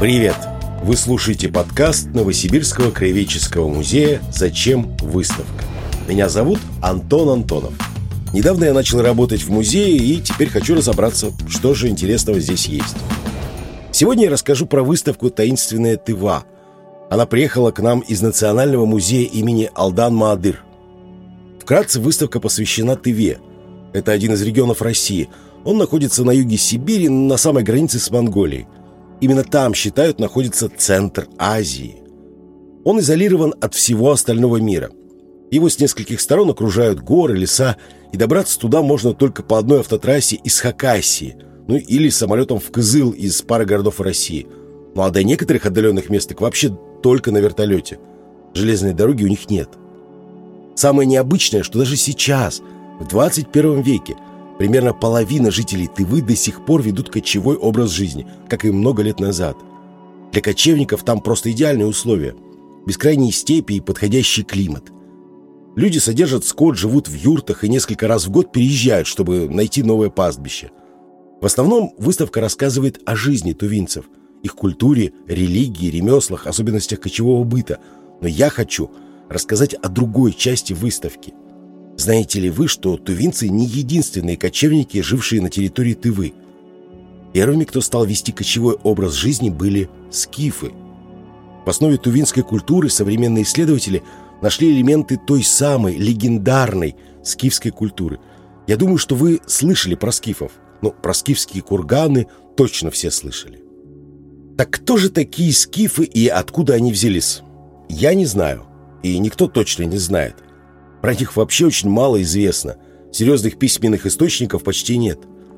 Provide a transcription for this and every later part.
Привет! Вы слушаете подкаст Новосибирского краеведческого музея «Зачем выставка?». Меня зовут Антон Антонов. Недавно я начал работать в музее и теперь хочу разобраться, что же интересного здесь есть. Сегодня я расскажу про выставку «Таинственная Тыва». Она приехала к нам из Национального музея имени Алдан Маадыр. Вкратце, выставка посвящена Тыве. Это один из регионов России. Он находится на юге Сибири, на самой границе с Монголией. Именно там, считают, находится центр Азии. Он изолирован от всего остального мира. Его с нескольких сторон окружают горы, леса, и добраться туда можно только по одной автотрассе из Хакасии, или самолетом в Кызыл из пары городов России. А до некоторых отдаленных мест так вообще только на вертолете. Железной дороги у них нет. Самое необычное, что даже сейчас, в 21 веке, примерно половина жителей Тывы до сих пор ведут кочевой образ жизни, как и много лет назад. Для кочевников там просто идеальные условия. Бескрайние степи и подходящий климат. Люди содержат скот, живут в юртах и несколько раз в год переезжают, чтобы найти новое пастбище. В основном выставка рассказывает о жизни тувинцев, их культуре, религии, ремеслах, особенностях кочевого быта. Но я хочу рассказать о другой части выставки. Знаете ли вы, что тувинцы не единственные кочевники, жившие на территории Тывы? Первыми, кто стал вести кочевой образ жизни, были скифы. В основе тувинской культуры современные исследователи нашли элементы той самой легендарной скифской культуры. Я думаю, что вы слышали про скифов. Про скифские курганы точно все слышали. Так кто же такие скифы и откуда они взялись? Я не знаю, и никто точно не знает. Про них вообще очень мало известно. Серьезных письменных источников почти нет.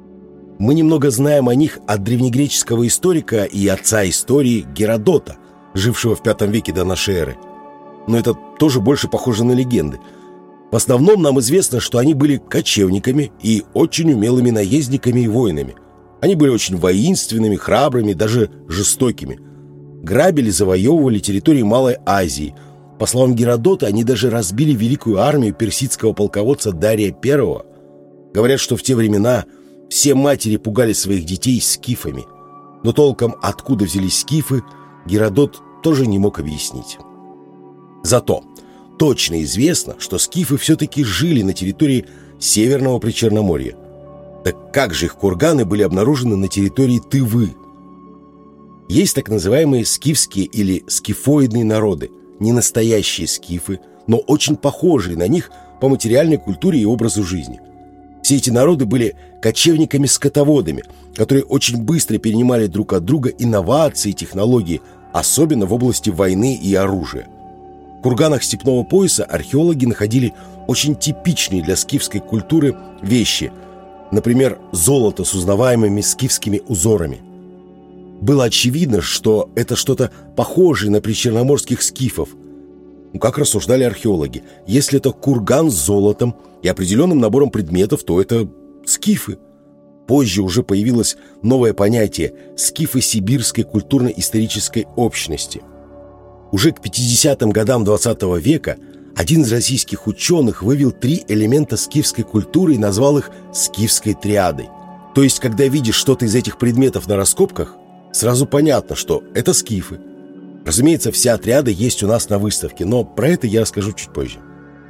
Мы немного знаем о них от древнегреческого историка и отца истории Геродота, жившего в V веке до нашей эры. Но это тоже больше похоже на легенды. В основном нам известно, что они были кочевниками и очень умелыми наездниками и воинами. Они были очень воинственными, храбрыми, даже жестокими. Грабили, завоевывали территории Малой Азии. По словам Геродота, они даже разбили великую армию персидского полководца Дария I. Говорят, что в те времена все матери пугали своих детей скифами. Но толком, откуда взялись скифы, Геродот тоже не мог объяснить. Зато точно известно, что скифы все-таки жили на территории Северного Причерноморья. Так как же их курганы были обнаружены на территории Тывы? Есть так называемые скифские или скифоидные народы. Не настоящие скифы, но очень похожие на них по материальной культуре и образу жизни. Все эти народы были кочевниками-скотоводами, которые очень быстро перенимали друг от друга инновации и технологии, особенно в области войны и оружия. В курганах степного пояса археологи находили очень типичные для скифской культуры вещи, например, золото с узнаваемыми скифскими узорами. Было очевидно, что это что-то похожее на причерноморских скифов. Как рассуждали археологи, если это курган с золотом и определенным набором предметов, то это скифы. Позже уже появилось новое понятие – скифы сибирской культурно-исторической общности. Уже к 50-м годам XX века один из российских ученых вывел 3 элемента скифской культуры и назвал их скифской триадой. То есть, когда видишь что-то из этих предметов на раскопках, сразу понятно, что это скифы. Разумеется, вся триада есть у нас на выставке, но про это я расскажу чуть позже.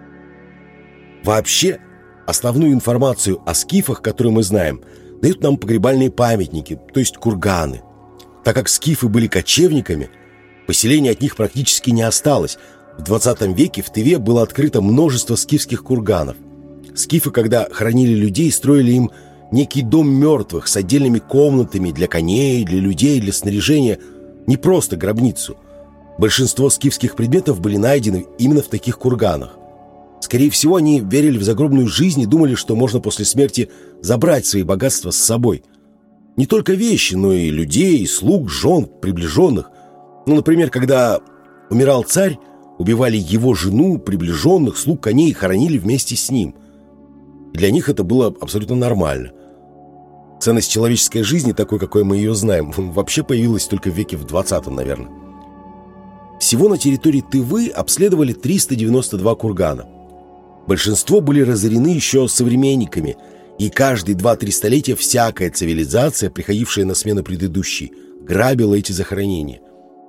Вообще, основную информацию о скифах, которую мы знаем, дают нам погребальные памятники, то есть курганы. Так как скифы были кочевниками, поселений от них практически не осталось. В 20 веке в Тыве было открыто множество скифских курганов. Скифы, когда хоронили людей, строили им некий дом мертвых с отдельными комнатами для коней, для людей, для снаряжения, не просто гробницу. Большинство скифских предметов были найдены именно в таких курганах. Скорее всего, они верили в загробную жизнь и думали, что можно после смерти забрать свои богатства с собой. Не только вещи, но и людей, слуг, жен, приближенных. Например, когда умирал царь, убивали его жену, приближенных, слуг, коней и хоронили вместе с ним. Для них это было абсолютно нормально. Ценность человеческой жизни, такой, какой мы ее знаем, вообще появилась только в веке в 20-м, наверное. Всего на территории Тывы обследовали 392 кургана. Большинство были разорены еще современниками, и каждые 2-3 столетия всякая цивилизация, приходившая на смену предыдущей, грабила эти захоронения.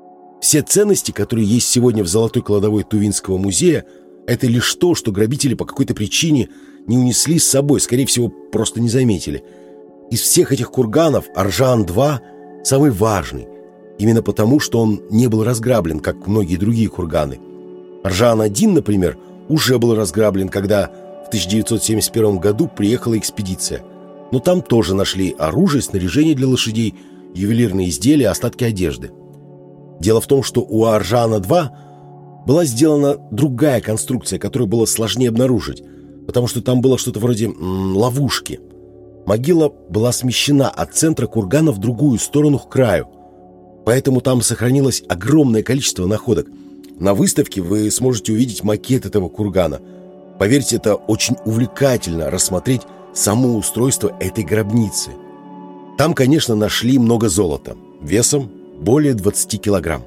Все ценности, которые есть сегодня в золотой кладовой Тувинского музея, это лишь то, что грабители по какой-то причине не унесли с собой, скорее всего, просто не заметили. Из всех этих курганов Аржан-2 самый важный, именно потому, что он не был разграблен, как многие другие курганы. Аржан-1, например, уже был разграблен, когда в 1971 году приехала экспедиция. Но там тоже нашли оружие, снаряжение для лошадей, ювелирные изделия, остатки одежды. Дело в том, что у Аржана-2 была сделана другая конструкция, которую было сложнее обнаружить, потому что там было что-то вроде ловушки. Могила была смещена от центра кургана в другую сторону, к краю. Поэтому там сохранилось огромное количество находок. На выставке вы сможете увидеть макет этого кургана. Поверьте, это очень увлекательно рассмотреть само устройство этой гробницы. Там, конечно, нашли много золота, весом более 20 килограмм.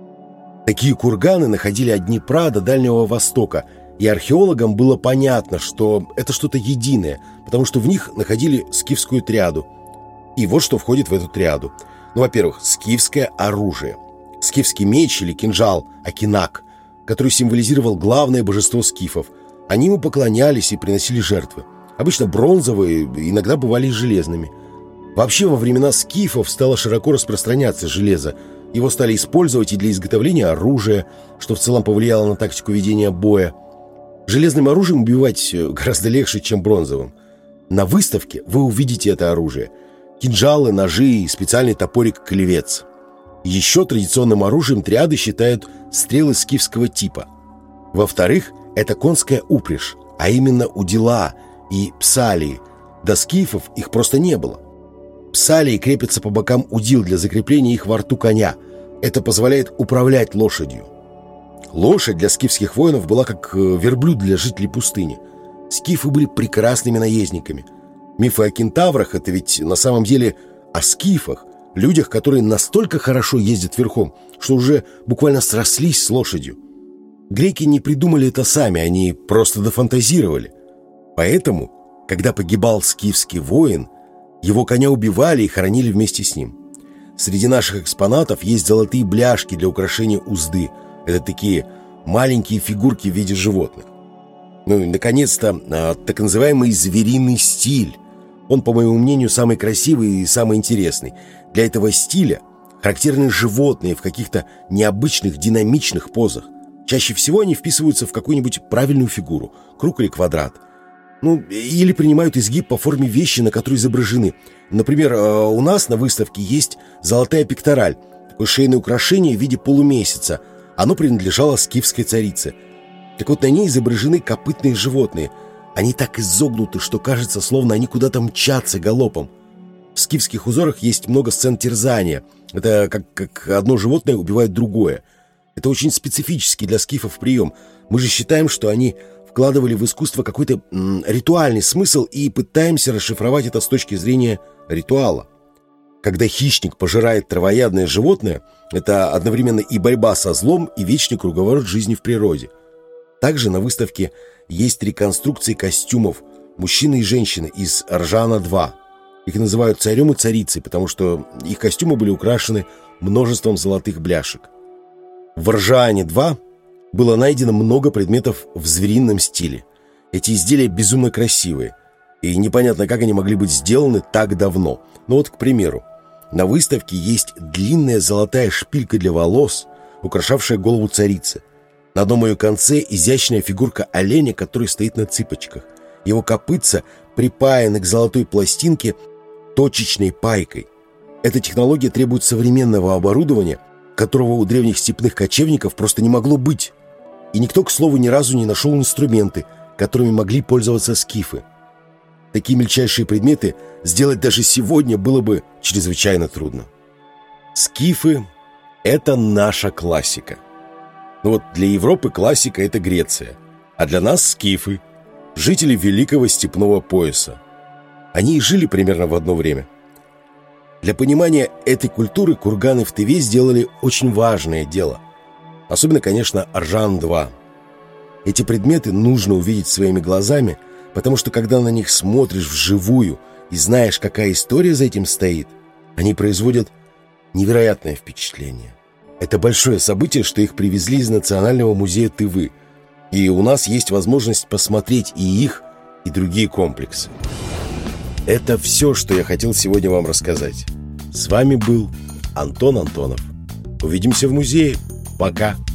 Такие курганы находили от Днепра до Дальнего Востока, и археологам было понятно, что это что-то единое, потому что в них находили скифскую триаду. И вот что входит в эту триаду. Ну, во-первых, скифское оружие. Скифский меч или кинжал Акинак, который символизировал главное божество скифов. Они ему поклонялись и приносили жертвы. Обычно бронзовые, иногда бывали и железными. Вообще, во времена скифов стало широко распространяться железо. Его стали использовать и для изготовления оружия, что в целом повлияло на тактику ведения боя. Железным оружием убивать гораздо легче, чем бронзовым. На выставке вы увидите это оружие. Кинжалы, ножи и специальный топорик-клевец. Еще традиционным оружием триады считают стрелы скифского типа. Во-вторых, это конская упряжь, а именно удила и псалии. До скифов их просто не было. Псалии крепятся по бокам удил для закрепления их во рту коня. Это позволяет управлять лошадью. Лошадь для скифских воинов была как верблюд для жителей пустыни. Скифы были прекрасными наездниками. Мифы о кентаврах — это ведь на самом деле о скифах, людях, которые настолько хорошо ездят верхом, что уже буквально срослись с лошадью. Греки не придумали это сами, они просто дофантазировали. Поэтому, когда погибал скифский воин, его коня убивали и хоронили вместе с ним. Среди наших экспонатов есть золотые бляшки для украшения узды. Это такие маленькие фигурки в виде животных. Ну и, наконец-то, так называемый звериный стиль. Он, по моему мнению, самый красивый и самый интересный. Для этого стиля характерны животные в каких-то необычных динамичных позах. Чаще всего они вписываются в какую-нибудь правильную фигуру, круг или квадрат. Ну, или принимают изгиб по форме вещи, на которой изображены. Например, у нас на выставке есть золотая пектораль, такое шейное украшение в виде полумесяца. Оно принадлежало скифской царице. Так вот, на ней изображены копытные животные. Они так изогнуты, что кажется, словно они куда-то мчатся галопом. В скифских узорах есть много сцен терзания. Это как одно животное убивает другое. Это очень специфический для скифов прием. Мы же считаем, что они вкладывали в искусство какой-то ритуальный смысл и пытаемся расшифровать это с точки зрения ритуала. Когда хищник пожирает травоядное животное, это одновременно и борьба со злом, и вечный круговорот жизни в природе. Также на выставке есть реконструкции костюмов мужчины и женщины из Аржана-2. Их называют царем и царицей, потому что их костюмы были украшены множеством золотых бляшек. В Аржане-2 было найдено много предметов в зверином стиле. Эти изделия безумно красивые, и непонятно, как они могли быть сделаны так давно. Но вот, к примеру, на выставке есть длинная золотая шпилька для волос, украшавшая голову царицы. На одном ее конце изящная фигурка оленя, который стоит на цыпочках. Его копытца припаяны к золотой пластинке точечной пайкой. Эта технология требует современного оборудования, которого у древних степных кочевников просто не могло быть. И никто, к слову, ни разу не нашел инструменты, которыми могли пользоваться скифы. Такие мельчайшие предметы сделать даже сегодня было бы чрезвычайно трудно. Скифы — это наша классика. Но вот для Европы классика — это Греция, а для нас скифы — жители Великого степного пояса. Они и жили примерно в одно время. Для понимания этой культуры курганы в Тыве сделали очень важное дело. Особенно, конечно, Аржан-2. Эти предметы нужно увидеть своими глазами, потому что когда на них смотришь вживую и знаешь, какая история за этим стоит, они производят невероятное впечатление. Это большое событие, что их привезли из Национального музея Тывы. И у нас есть возможность посмотреть и их, и другие комплексы. Это все, что я хотел сегодня вам рассказать. С вами был Антон Антонов. Увидимся в музее. Пока.